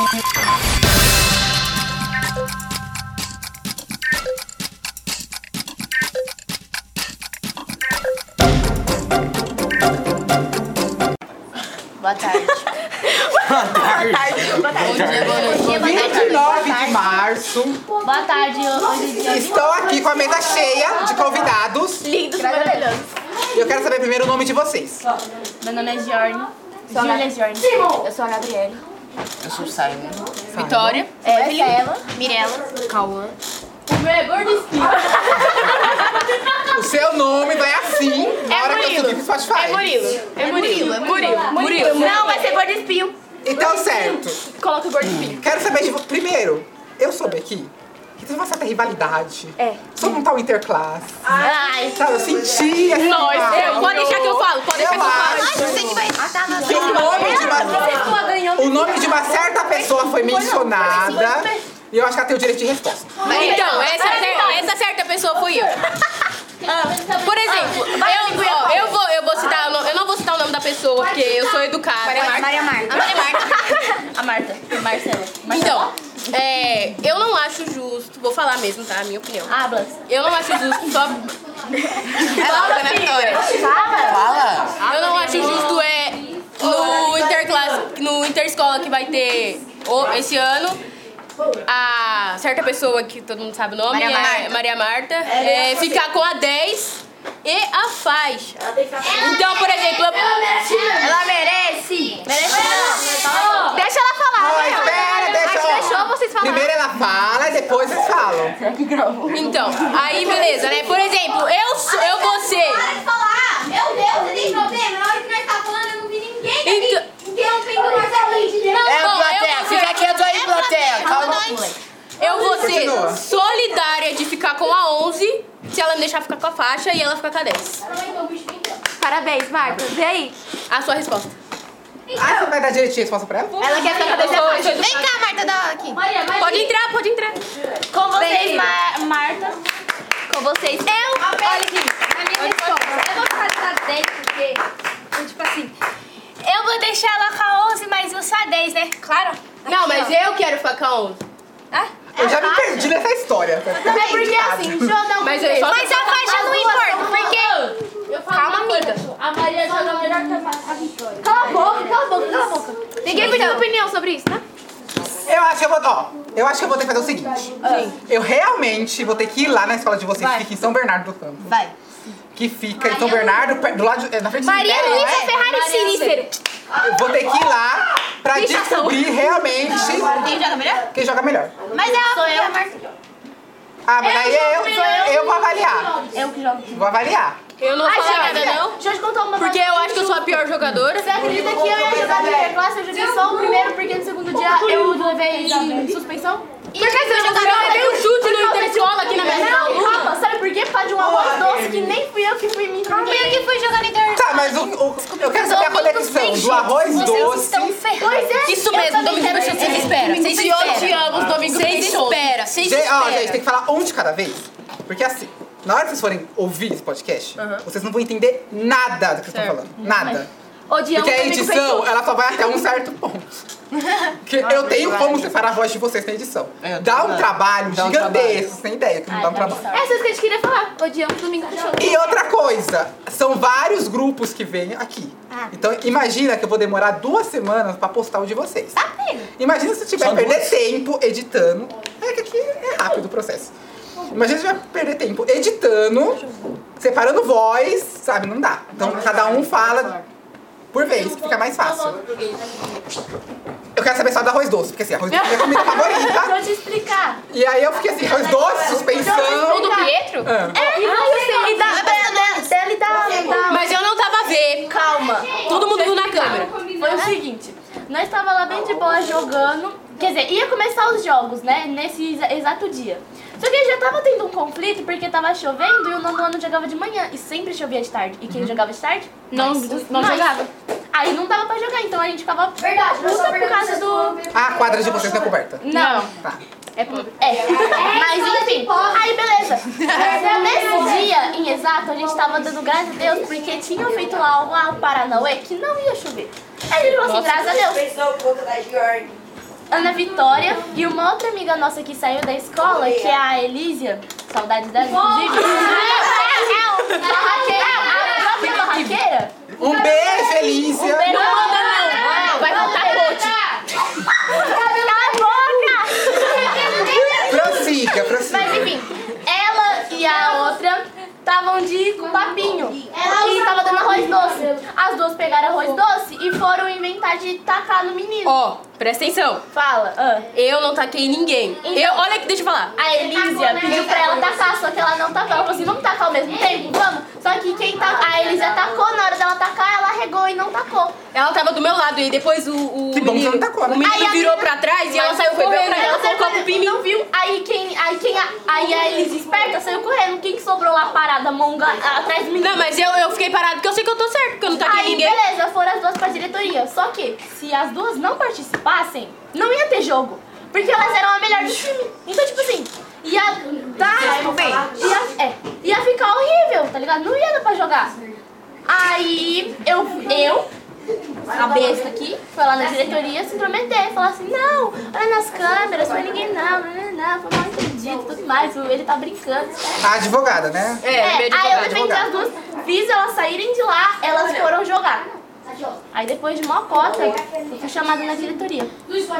Boa tarde. Boa tarde. Boa tarde. Bom dia, boa noite. 29 de março. Boa tarde. Estou aqui com a mesa cheia de convidados. Lindos, maravilhosos. E eu quero saber primeiro o nome de vocês. Meu nome é Giorni. Júlia Giorni. Eu sou a Gabriele. Eu sou o Simon. Vitória. Evelyn. Mirella. Cauã. O meu é gordo espinho. O seu nome vai assim na hora que eu subir pro Spotify. É Murilo. Não, vai ser gordo espinho. Então, certo. Coloca o gordo espinho. Quero saber de primeiro, eu soube aqui que tem uma certa rivalidade. Sobre um tal interclasse. Ai. Sabe, eu senti essa Pode deixar que eu falo. Pode deixar que eu falo. que o nome de uma certa pessoa foi mencionada. E eu acho que ela tem o direito de resposta. Então, essa certa pessoa fui eu. Por exemplo, eu vou citar, eu não vou citar o nome da pessoa, porque eu sou educada. Maria Marta. A Marta. Marcela. Então, eu não acho justo, vou falar mesmo, tá? A minha opinião. Hablas. Eu não acho justo só... Fala. Eu não acho justo no interescola que vai ter esse ano. A certa pessoa que todo mundo sabe o nome, Maria Marta, ficar com a 10 e a faixa. Então, por exemplo, Ela merece. Deixa ela falar. Deixou vocês falarem. Primeiro ela fala e depois vocês falam. então, aí beleza, né? Por exemplo, eu vou ser... Para de falar! Meu Deus, você tem problema? Na hora que nós tá falando, eu não vi ninguém Então- interrompendo o Marcelinho, entendeu? Plateia, Fica quieto aí, plateia. Calma. Eu vou ser Continua. solidária de ficar com a 11, se ela me deixar ficar com a faixa e ela ficar com a 10. Parabéns, Marta. Vê aí. A sua resposta. Ah, você vai dar direito de resposta pra ela? Ela quer ficar com a 10 e a faixa. Vem cá, Marta, dá aqui. Pode entrar. Com vocês, Marta. Com vocês. Olha aqui. A minha resposta. Eu vou ficar com a 10 porque, tipo assim, eu vou deixar ela com a 11, mas eu sou a 10, né? Claro. Não, mas eu quero ficar com a 11. Eu já me perdi nessa história. Também porque assim, deixa eu dar um Mas a faixa não importa, porque... Calma, amiga. A Maria joga melhor que a Vitória. Cala a boca. Ninguém pediu opinião sobre isso, tá? Eu acho que eu vou ter que fazer o seguinte. Eu realmente vou ter que ir lá na escola de vocês, que fica em São Bernardo do Campo. Vai. Que fica em São Bernardo, do lado na frente do cemitério, né? Ferrari Sinífero. Eu vou ter que ir lá pra descobrir realmente Quem joga melhor? quem joga melhor. Mas é a Marta. Ah, mas aí eu vou avaliar. Eu que jogo. Vou avaliar. Eu não vou falar nada, não. Deixa eu te contar uma Porque eu acho que eu sou a pior jogadora. Você acredita que eu ia jogar na interclasse? Eu joguei só o primeiro, porque no segundo dia eu levei suspensão? Por que você joga Eu dei um chute no interescola aqui na minha Não, aluna. calma, sabe por quê? Por causa de um arroz doce que nem fui eu que fui me Fui eu que fui jogar no internet. Tá, mas eu quero saber a conexão do arroz doce. Pois é. Isso mesmo, Domingo Peixoto, vocês esperam. Vocês Vocês odiamos Domingo Peixoto. Vocês Gente, ó, gente, esperam. tem que falar um de cada vez. Porque assim, na hora que vocês forem ouvir esse podcast, vocês não vão entender nada do que eu tô falando. Nada. Odiamos Porque a Domingo edição, Peixoto. ela só vai até um certo ponto. Porque eu tenho como separar a voz de vocês na edição. Dá um trabalho gigantesco, sem ideia que não dá um trabalho. É isso que a gente queria falar. Odiamos Domingo Peixoto. E outra coisa, são vários grupos que vêm aqui. Então imagina que eu vou demorar 2 semanas pra postar o de vocês. Imagina se eu tiver que perder tempo editando. É que aqui é rápido o processo. Imagina se eu tiver que perder tempo editando, separando voz, sabe? Não dá. Então cada um fala por vez, que fica mais fácil. Eu quero saber só do arroz doce, porque assim, arroz doce é a minha comida Deixa favorita. eu te explicar. E aí eu fiquei assim, arroz doce, suspensão. O do Pietro? Ah. E dela e da... Mas eu não tava a ver. Calma. Todo mundo viu na câmera. Foi o seguinte, nós estávamos lá bem de boa jogando, quer dizer, ia começar os jogos, né, nesse exato dia. Só que já tava tendo um conflito porque tava chovendo e o nono ano jogava de manhã e sempre chovia de tarde. E quem jogava de tarde? Não Nós. jogava. Aí não dava pra jogar, então a gente ficava Verdade, nós só puta por causa do... Ah, a quadra de vocês não é coberta. Não. Tá. Mas enfim, aí beleza. Nesse dia, em exato, a gente tava dando graças a Deus porque tinham feito lá o Paranauê que não ia chover. Aí ele falou assim, graças a Deus. Ana Vitória e uma outra amiga nossa que saiu da escola, que é a Elísia. Saudades dela, inclusive. Barraqueira. Um beijo, Elísia. Um beijo. Não. Vai faltar coach. Cala a boca. Prossiga. Mas enfim, ela e a outra estavam de papinho e tava dando arroz doce. As duas pegaram arroz doce e foram inventar de tacar no menino. Ó, presta atenção. Fala. Eu não taquei ninguém. Então, olha aqui, deixa eu falar. A Elísia pediu pra ela tacar, só que ela não tacou. Ela falou assim, vamos tacar ao mesmo tempo? Vamos. Só que a Elísia tacou, na hora dela tacar, ela regou e não tacou. Ela tava do meu lado e depois o Que bom que menino, não tacou, né? o menino virou pra trás e ela saiu correndo. Ela Ela colocou o pim não viu. Aí a Elísia esperta saiu correndo. Quem que sobrou lá parada, monga, atrás do menino? Não, mas eu fiquei parado porque eu sei que eu tô certo, porque eu não taquei Aí, ninguém. beleza, foram as duas pra diretoria. Só que, se as duas não participassem, não ia ter jogo. Porque elas eram a melhor do time. Então, tipo assim, ia ficar horrível, tá ligado? Não ia dar pra jogar. Aí, a besta aqui, foi lá na diretoria se intrometer. Falar assim, não, olha nas câmeras, foi ninguém não, foi mal entendido, tudo mais. Ele tá brincando. A advogada, né? Aí eu defendi as duas, fiz elas saírem de lá, elas foram jogar. Aí depois de uma cota, eu fui chamada na diretoria.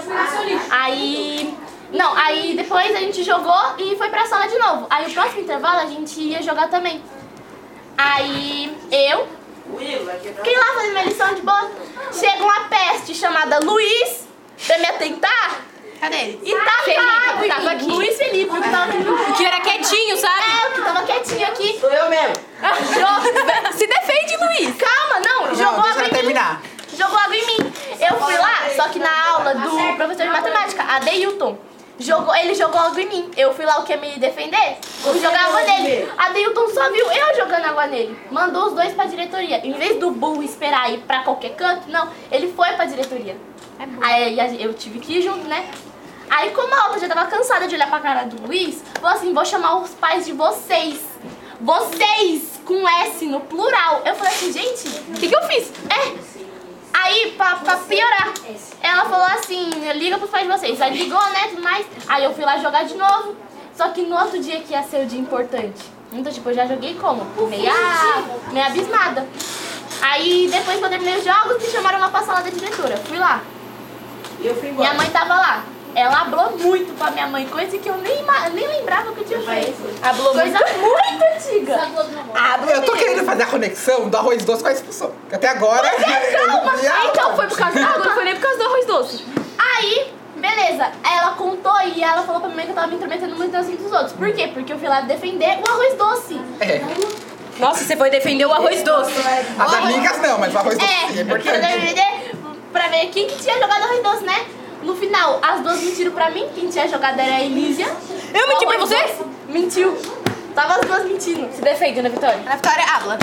Aí depois a gente jogou e foi pra sala de novo. Aí o próximo intervalo a gente ia jogar também. Aí eu fiquei lá fazendo minha lição de boa. Chega uma peste chamada Luiz pra me atentar. Cadê ele? E tava Felipe, tava aqui. Luiz Felipe, o que tava aqui no... Que era quietinho, sabe? É, o que tava quietinho aqui. Sou eu mesmo. Se defende, Luiz. Calma, não, jogou deixa água ela em mim. terminar. Jogou água em mim. Eu fui lá, só que na aula do professor de matemática, Adeilton, ele jogou água em mim. Eu fui lá, o que me defender? Fui jogar água nele. Adeilton só viu eu jogando água nele. Mandou os dois pra diretoria. Em vez do burro esperar ir pra qualquer canto, não, ele foi pra diretoria. Aí eu tive que ir junto, né? Aí como a outra já tava cansada de olhar pra cara do Luiz, falou assim, vou chamar os pais de vocês. Vocês, com S no plural. Eu falei assim, gente, o que eu fiz? Aí, pra piorar, ela falou assim, liga pros pais de vocês. Aí ligou, né, tudo mais. Aí eu fui lá jogar de novo. Só que no outro dia que ia ser o dia importante. Então, tipo, eu já joguei como? Meia abismada. Aí, depois que eu terminei os jogos, me chamaram lá pra sala da diretora. Fui lá. Minha mãe tava lá. Ela hablou muito pra minha mãe, coisa que eu nem lembrava que eu tinha feito. Hablou coisa muito antiga. Eu tô querendo fazer a conexão do arroz doce com a expulsão. Que até agora... Calma. Então foi por causa da água, não foi nem por causa do arroz doce. Aí, beleza, ela contou e ela falou pra minha mãe que eu tava me intrometendo muito nos assuntos dos outros. Por quê? Porque eu fui lá defender o arroz doce. Nossa, você foi defender o arroz doce. As amigas não, mas o arroz doce é Eu fui importante. defender pra ver quem que tinha jogado arroz doce, né? No final, as duas mentiram pra mim. Quem tinha jogado era a Elísia. Eu menti pra você? Mentiu. Tava as duas mentindo. Se defende, Ana Vitória. Ana Vitória, habla.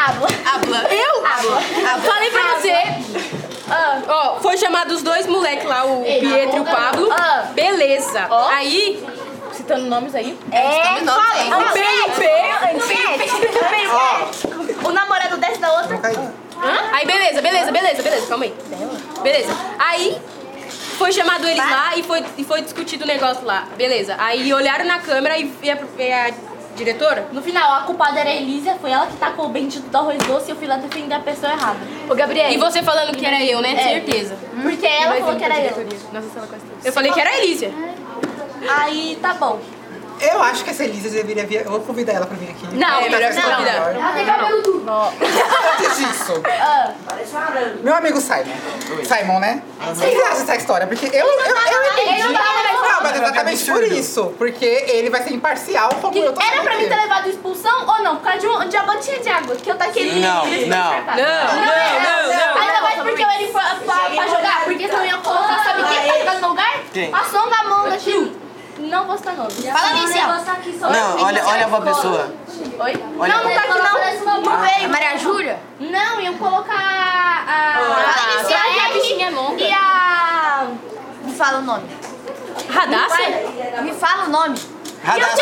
Eu? Falei pra você. Ó, foi chamado os dois moleques lá, o Pietro e o Pablo. Beleza. Aí, citando nomes aí. O namorado desce da outra. Aí, beleza. Calma aí. Beleza. Aí, foi chamado eles lá e foi discutido o negócio lá. Beleza. Aí olharam na câmera e a diretora? No final, a culpada era a Elísia. Foi ela que tacou o bendito do arroz doce e eu fui lá defender a pessoa errada. Ô, Gabriel. E você falando que era eu, né? Certeza. Porque ela falou que era eu. Eu falei que era a Elísia. Aí, tá bom. Eu acho que essa Elisa deveria vir. Eu vou convidar ela pra vir aqui. Não, é melhor você convidar. Antes disso, meu amigo Simon, né? O que você acha dessa história? Porque eu entendi. Não, mas exatamente por isso. Porque ele vai ser imparcial como eu tô Era pra mim sendo. ter levado expulsão ou não? Por causa de uma gotinha de água que eu taquei ele. Não. Ainda mais porque eu ia pra jogar. Porque senão eu ia colocar, sabe quem tá jogando no lugar? Quem? A Songa Amanda, tio. Não vou citar nome. Fala inicial. Não, olha pra pessoa. Oi? Olha Não tá aqui não. Não veio. Maria Júlia? Não, iam colocar a bichinha é monga. e a... Me fala o nome. Radassa? Me fala o nome. Radassa.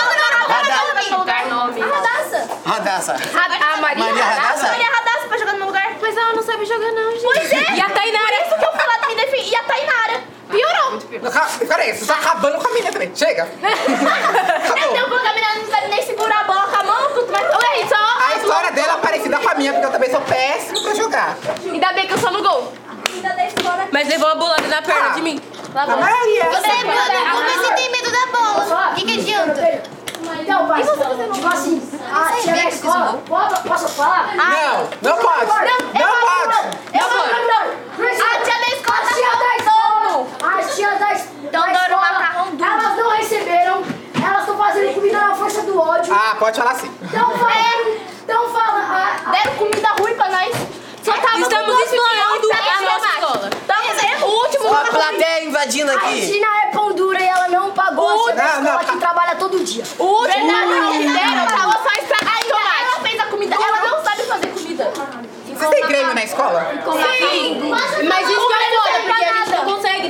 Radassa. A Maria Radassa? Maria Radassa pra jogar no meu lugar. Mas ela não sabe jogar não, gente. Pois é. E a Tainara? Por isso que eu fui lá me defender. E a Tainara. Piorou. Peraí, você tá acabando com a menina também. Chega. Acabou. Eu porque a menina não sabe nem segurar a bola com a mão, tudo mais. Ué, só... A história dela é parecida com a minha, porque eu também sou péssimo pra jogar. Ainda bem que eu sou no gol. Mas levou uma bolada na perna de mim. A maioria. Você é medo, mas você tem medo da bola. O que adianta? Então, pai, tipo assim, a tia da escola, posso falar? Não pode. Não pode. A tia da escola tá As tias da escola, elas não receberam, elas estão fazendo comida na força do ódio. Ah, pode falar assim. Então fala, deram comida ruim pra nós. Só tava Estamos explorando a nossa escola. O último... A plateia invadindo a aqui. Regina é pão dura e ela não pagou a tia da escola que trabalha todo dia. O último que deram tava só estragado tomate. Ela fez a comida, ela não sabe fazer comida. Vocês têm Grêmio na escola? Sim. Mas isso que é foda, porque a gente não consegue.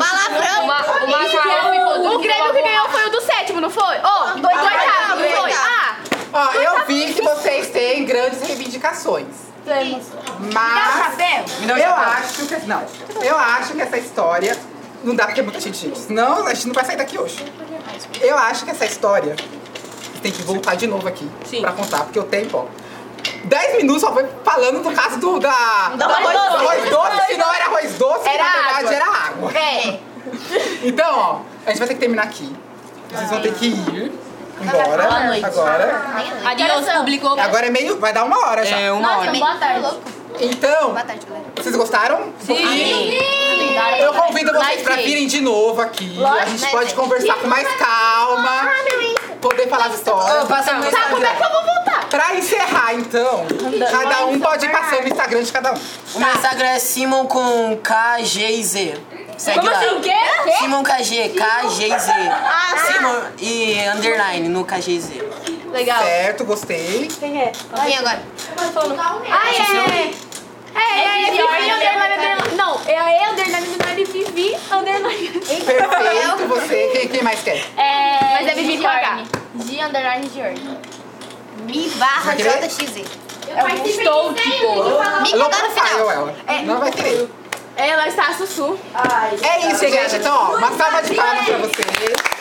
O Grêmio que ganhou foi o do 7º, não foi? Do 8º, não foi? Ó, eu vi que vocês têm grandes reivindicações. Mas eu acho que essa história não dá porque é muita gente. Senão a gente não vai sair daqui hoje. Eu acho que essa história tem que voltar de novo aqui pra contar, porque o tempo, ó. 10 minutos só foi falando do caso do arroz doce, se não era arroz doce, Era na verdade água. era água. É. Então, ó, a gente vai ter que terminar aqui. Vocês vão ter que ir embora agora. Adiós, público. Agora é meio. Vai dar 1 hora já. É 1 hora. Boa tarde. Então, Boa tarde, galera. vocês gostaram? Sim. Eu convido vocês pra virem de novo aqui. A gente pode conversar com mais calma. Poder falar as histórias. Passa no Sabe como é que eu vou voltar? Pra encerrar, então, cada um pode ir passando o Instagram de cada um. O meu Instagram é Simon com KGZ. Segue Como lá. assim, o quê? Simon KG, KGZ. Simon e underline no KGZ. Legal. Certo, gostei. Quem é? Quem agora? Não, é a underline Vivi, underline. Perfeito, você. Quem mais quer? Mas é Vivi com H. G underline Giorgi. Mi barra Vai querer? JXZ. Estou de boa. Mi Low tá no profile, final. ela. Não vai querer. Ela está a Sussu. É isso, gente. Então, ó, uma salva de palmas pra vocês.